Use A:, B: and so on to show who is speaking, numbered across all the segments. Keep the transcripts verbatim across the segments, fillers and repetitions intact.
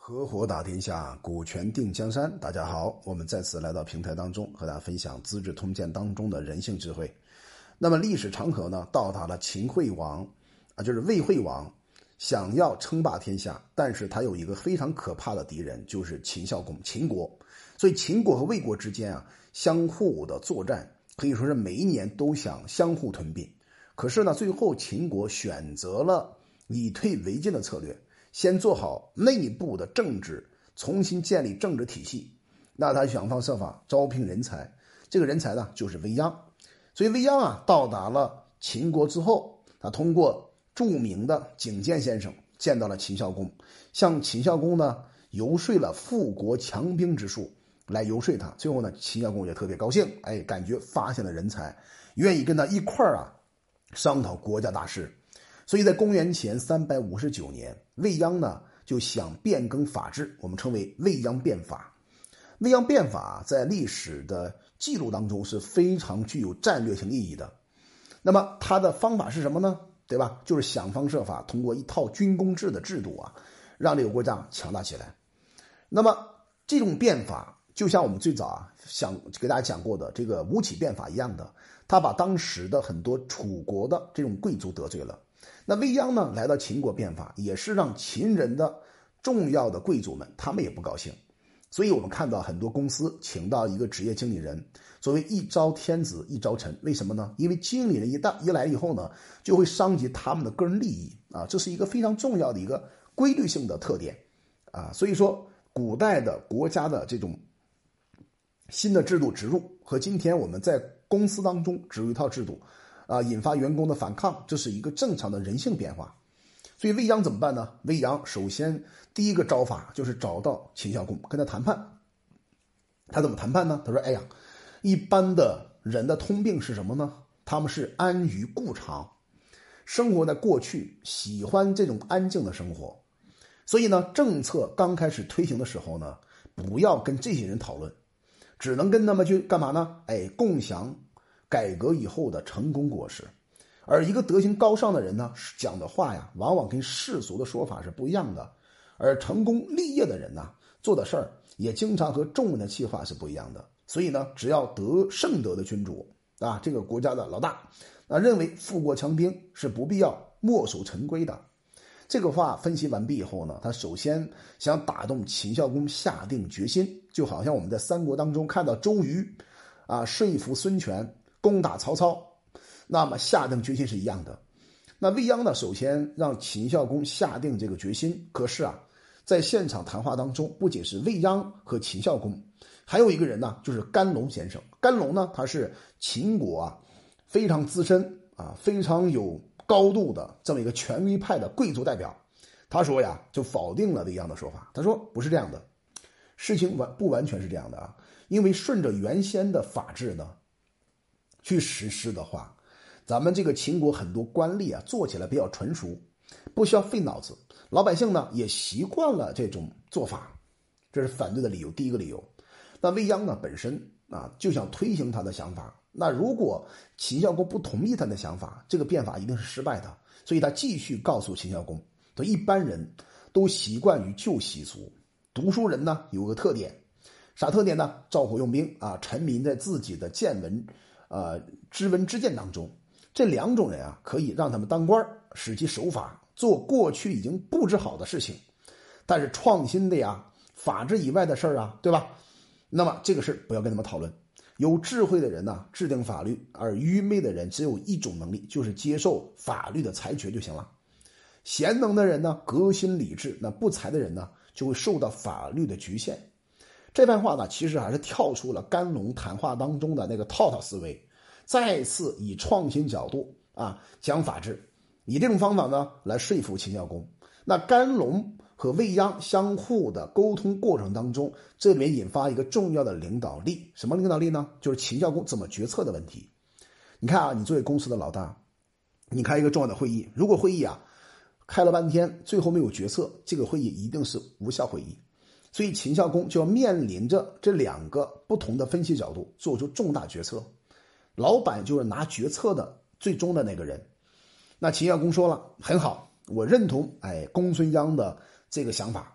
A: 合伙打天下，股权定江山。大家好，我们再次来到平台当中，和大家分享《资治通鉴》当中的人性智慧。那么历史长河呢，到达了秦惠王啊，就是魏惠王想要称霸天下，但是他有一个非常可怕的敌人，就是秦孝公，秦国。所以秦国和魏国之间啊，相互的作战，可以说是每一年都想相互吞并。可是呢，最后秦国选择了以退为进的策略，先做好内部的政治，重新建立政治体系。那他想方设法招聘人才，这个人才呢就是未央。所以未央啊到达了秦国之后，他通过著名的景建先生见到了秦孝公，向秦孝公呢游说了富国强兵之术，来游说他。最后呢，秦孝公也特别高兴，哎，感觉发现了人才，愿意跟他一块儿啊商讨国家大事。所以在公元前三百五十九年，未央呢就想变更法制，我们称为未央变法。未央变法在历史的记录当中是非常具有战略性意义的。那么它的方法是什么呢？对吧？就是想方设法通过一套军功制的制度啊，让这个国家强大起来。那么这种变法就像我们最早啊想给大家讲过的这个吴起变法一样的，他把当时的很多楚国的这种贵族得罪了。那未央呢来到秦国变法，也是让秦人的重要的贵族们他们也不高兴。所以我们看到很多公司请到一个职业经理人，所谓一朝天子一朝臣，为什么呢？因为经理人一旦一来以后呢，就会伤及他们的个人利益啊，这是一个非常重要的一个规律性的特点啊。所以说古代的国家的这种新的制度植入和今天我们在公司当中植入一套制度啊，引发员工的反抗，这是一个正常的人性变化。所以未央怎么办呢？未央首先第一个招法就是找到秦孝公跟他谈判。他怎么谈判呢？他说：“哎呀，一般的人的通病是什么呢？他们是安于故常，生活在过去，喜欢这种安静的生活。所以呢，政策刚开始推行的时候呢，不要跟这些人讨论，只能跟他们去干嘛呢？哎，共享改革以后的成功果实。而一个德行高尚的人呢，讲的话呀，往往跟世俗的说法是不一样的。而成功立业的人呢，做的事儿也经常和众人的计划是不一样的。所以呢，只要得圣德的君主啊，这个国家的老大，那认为富国强兵是不必要墨守成规的。这个话分析完毕以后呢，他首先想打动秦孝公下定决心，就好像我们在三国当中看到周瑜啊说服孙权攻打曹操，那么下定决心是一样的。那未央呢，首先让秦孝公下定这个决心。可是啊，在现场谈话当中，不仅是未央和秦孝公，还有一个人呢，就是甘龙先生。甘龙呢，他是秦国啊非常资深啊、非常有高度的这么一个权威派的贵族代表。他说呀，就否定了未央的说法。他说不是这样的，事情完不完全是这样的啊，因为顺着原先的法制呢去实施的话，咱们这个秦国很多官吏啊做起来比较纯熟，不需要费脑子，老百姓呢也习惯了这种做法，这是反对的理由。第一个理由，那未央呢本身啊就想推行他的想法，那如果秦孝公不同意他的想法，这个变法一定是失败的。所以他继续告诉秦孝公，说一般人都习惯于旧习俗，读书人呢有个特点，啥特点呢？照火用兵啊，沉迷在自己的见闻呃知闻知见当中。这两种人啊，可以让他们当官，使其守法，做过去已经布置好的事情。但是创新的呀，法治以外的事儿啊，对吧？那么这个事不要跟他们讨论。有智慧的人呢、啊，制定法律；而愚昧的人只有一种能力，就是接受法律的裁决就行了。贤能的人呢，革新理智；那不才的人呢，就会受到法律的局限。这番话呢，其实还是跳出了甘龙谈话当中的那个套套思维，再次以创新角度啊讲法治，以这种方法呢来说服秦孝公。那甘龙和未央相互的沟通过程当中，这里面引发一个重要的领导力。什么领导力呢？就是秦孝公怎么决策的问题。你看啊，你作为公司的老大，你开一个重要的会议，如果会议啊开了半天，最后没有决策，这个会议一定是无效会议。所以秦孝公就要面临着这两个不同的分析角度，做出重大决策。老板就是拿决策的最终的那个人。那秦孝公说了，很好，我认同哎公孙鞅的这个想法，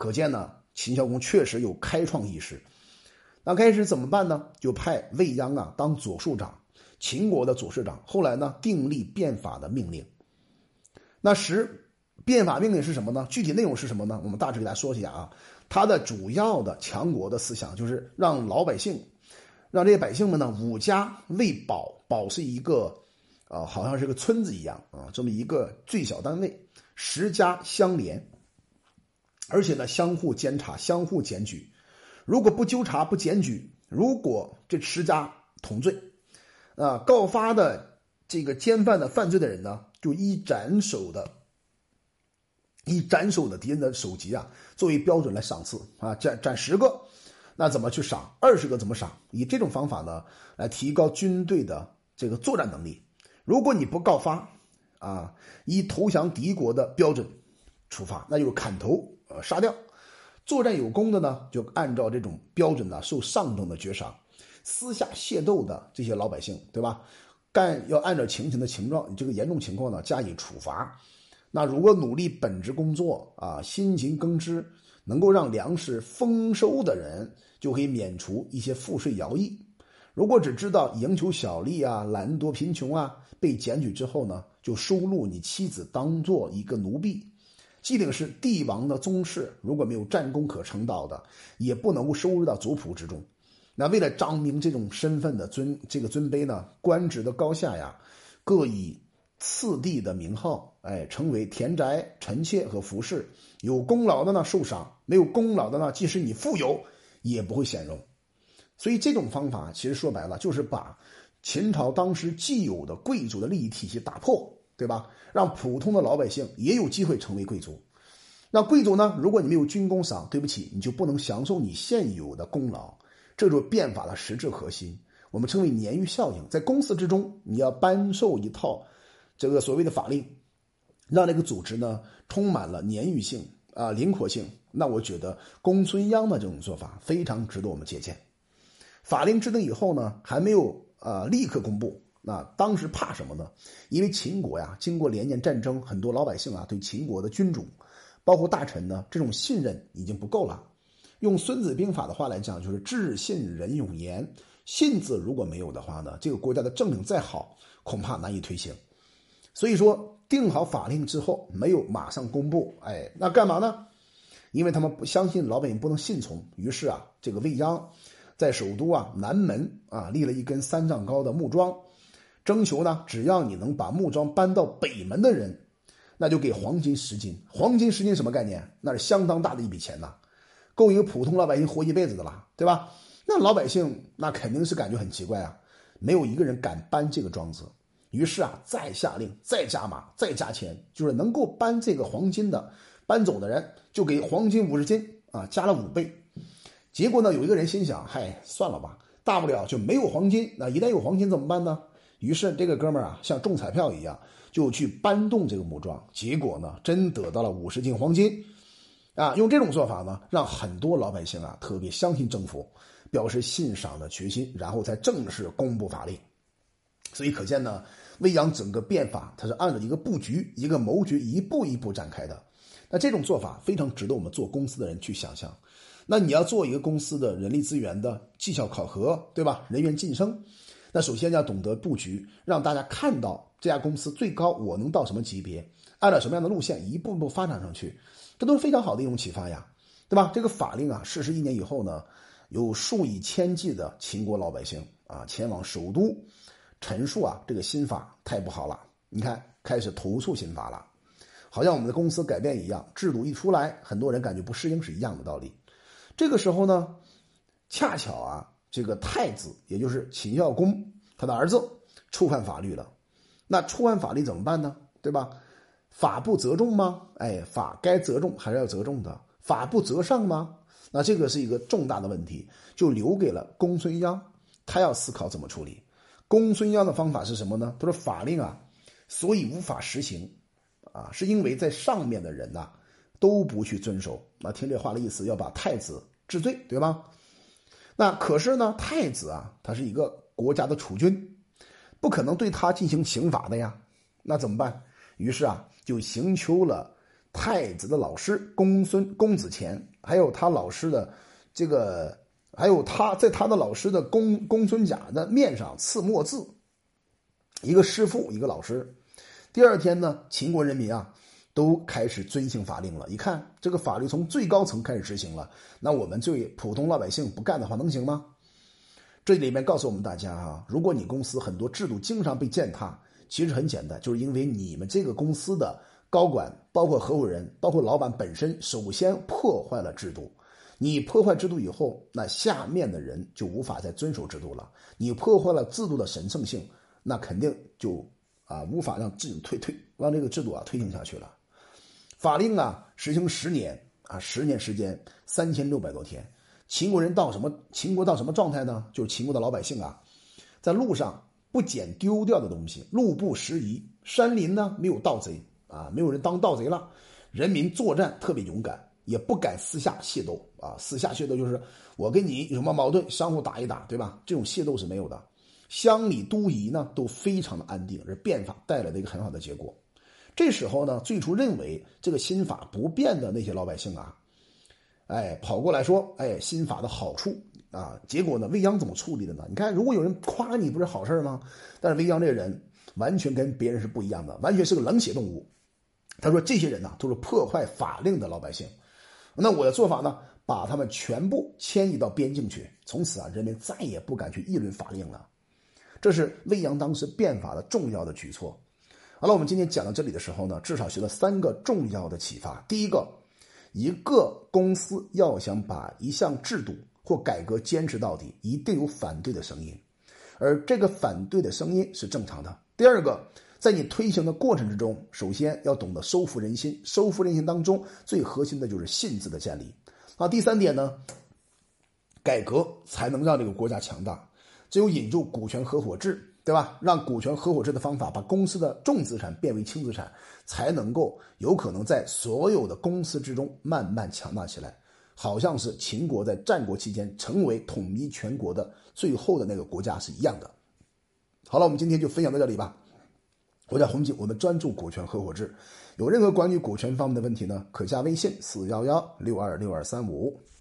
A: 可见呢，秦孝公确实有开创意识。那开始怎么办呢？就派未鞅啊当左庶长，秦国的左庶长。后来呢，订立变法的命令。那十变法命令是什么呢？具体内容是什么呢？我们大致给大家说一下啊。它的主要的强国的思想就是让老百姓，让这些百姓们呢，五家为保，保是一个啊、呃，好像是个村子一样啊，这么一个最小单位，十家相连，而且呢，相互监察，相互检举。如果不纠察不检举，如果这十家同罪，啊，告发的这个奸犯的犯罪的人呢，就以斩首的以斩首的敌人的首级啊作为标准来赏赐啊，斩斩十个，那怎么去赏？二十个怎么赏？以这种方法呢，来提高军队的这个作战能力。如果你不告发啊，以投降敌国的标准处罚，那就是砍头呃杀掉。作战有功的呢，就按照这种标准呢受上等的爵赏。私下械斗的这些老百姓，对吧？干要按照情形的情状，这个严重情况呢加以处罚。那如果努力本职工作啊，辛勤耕织，能够让粮食丰收的人，就可以免除一些赋税徭役。如果只知道蝇求小利啊，懒惰贫穷啊，被检举之后呢，就收录你妻子当做一个奴婢。既定是帝王的宗室，如果没有战功可称道的，也不能够收入到族谱之中。那为了彰明这种身份的尊这个尊卑呢，官职的高下呀，各以次第的名号，哎，称为田宅、臣妾和服饰。有功劳的呢受赏，没有功劳的呢，即使你富有，也不会显荣。所以这种方法其实说白了，就是把秦朝当时既有的贵族的利益体系打破，对吧？让普通的老百姓也有机会成为贵族。那贵族呢，如果你没有军功赏，对不起，你就不能享受你现有的功劳。这就是变法的实质核心，我们称为鲶鱼效应。在公司之中，你要颁授一套这个所谓的法令，让这个组织呢充满了鲶鱼性啊、灵活性。那我觉得公孙鞅的这种做法非常值得我们借鉴。法令制定以后呢，还没有呃立刻公布。那当时怕什么呢？因为秦国呀，经过连年战争，很多老百姓啊对秦国的君主，包括大臣呢，这种信任已经不够了。用孙子兵法的话来讲，就是至信人永言。信字如果没有的话呢，这个国家的政令再好，恐怕难以推行。所以说，定好法令之后，没有马上公布，哎，那干嘛呢？因为他们不相信老百姓不能信从，于是啊，这个未鞅在首都啊南门啊立了一根三丈高的木桩，征求呢，只要你能把木桩搬到北门的人，那就给黄金十斤。黄金十斤什么概念？那是相当大的一笔钱呐，够一个普通老百姓活一辈子的了，对吧？那老百姓那肯定是感觉很奇怪啊，没有一个人敢搬这个桩子。于是啊，再下令，再加码，再加钱，就是能够搬这个黄金的，搬走的人就给黄金五十斤啊，加了五倍。结果呢，有一个人心想，嗨，算了吧，大不了就没有黄金。那一旦有黄金怎么办呢？于是这个哥们儿啊，像中彩票一样，就去搬动这个木桩。结果呢，真得到了五十斤黄金。啊，用这种做法呢，让很多老百姓啊特别相信政府，表示信赏的决心，然后才正式公布法令。所以可见呢，未鞅整个变法，它是按照一个布局、一个谋局，一步一步展开的。那这种做法非常值得我们做公司的人去想象。那你要做一个公司的人力资源的绩效考核，对吧？人员晋升，那首先要懂得布局，让大家看到这家公司最高我能到什么级别，按照什么样的路线一步步发展上去。这都是非常好的一种启发呀，对吧？这个法令啊，实施一年以后呢，有数以千计的秦国老百姓啊，前往首都陈述啊，这个新法太不好了。你看，开始投诉新法了，好像我们的公司改变一样，制度一出来，很多人感觉不适应是一样的道理。这个时候呢，恰巧啊，这个太子，也就是秦孝公他的儿子触犯法律了。那触犯法律怎么办呢？对吧？法不责众吗？哎，法该责众还是要责众的。法不责上吗？那这个是一个重大的问题，就留给了公孙鞅，他要思考怎么处理。公孙鞅的方法是什么呢？他说法令啊，所以无法实行啊，是因为在上面的人呐、啊、都不去遵守。那听这话的意思，要把太子治罪，对吗？那可是呢，太子啊，他是一个国家的储君，不可能对他进行刑罚的呀。那怎么办？于是啊，就行求了太子的老师公孙公子虔，还有他老师的这个，还有他在他的老师的公公孙甲的面上刺墨字，一个师傅，一个老师。第二天呢，秦国人民啊都开始遵行法令了。一看这个法律从最高层开始执行了，那我们最普通老百姓不干的话能行吗？这里面告诉我们大家啊，如果你公司很多制度经常被践踏，其实很简单，就是因为你们这个公司的高管，包括合伙人，包括老板本身，首先破坏了制度。你破坏制度以后，那下面的人就无法再遵守制度了。你破坏了制度的神圣性，那肯定就啊无法让制度推推让这个制度啊推行下去了。法令啊实行十年啊，十年时间三千六百多天。秦国人到什么？秦国到什么状态呢？就是秦国的老百姓啊，在路上不捡丢掉的东西，路不拾遗，山林呢没有盗贼啊，没有人当盗贼了。人民作战特别勇敢，也不敢私下械斗啊。私下械斗就是我跟你有什么矛盾，相互打一打，对吧？这种械斗是没有的。乡里都邑呢都非常的安定，而变法带来的一个很好的结果。这时候呢，最初认为这个新法不变的那些老百姓啊，哎，跑过来说，哎，新法的好处啊。结果呢，未央怎么处理的呢？你看，如果有人夸你，不是好事吗？但是未央这个人完全跟别人是不一样的，完全是个冷血动物。他说这些人呢、啊，都是破坏法令的老百姓。那我的做法呢，把他们全部迁移到边境去，从此啊，人民再也不敢去议论法令了。这是未央当时变法的重要的举措。好了，我们今天讲到这里的时候呢，至少学了三个重要的启发。第一个，一个公司要想把一项制度或改革坚持到底，一定有反对的声音，而这个反对的声音是正常的。第二个，在你推行的过程之中，首先要懂得收服人心，收服人心当中最核心的就是信字的建立。啊，第三点呢，改革才能让这个国家强大，只有引入股权合伙制，对吧？让股权合伙制的方法把公司的重资产变为轻资产，才能够有可能在所有的公司之中慢慢强大起来，好像是秦国在战国期间成为统一全国的最后的那个国家是一样的。好了，我们今天就分享到这里吧。我叫洪锦，我们专注股权合伙制。有任何关于股权方面的问题呢，可加微信四一一六二六二三五。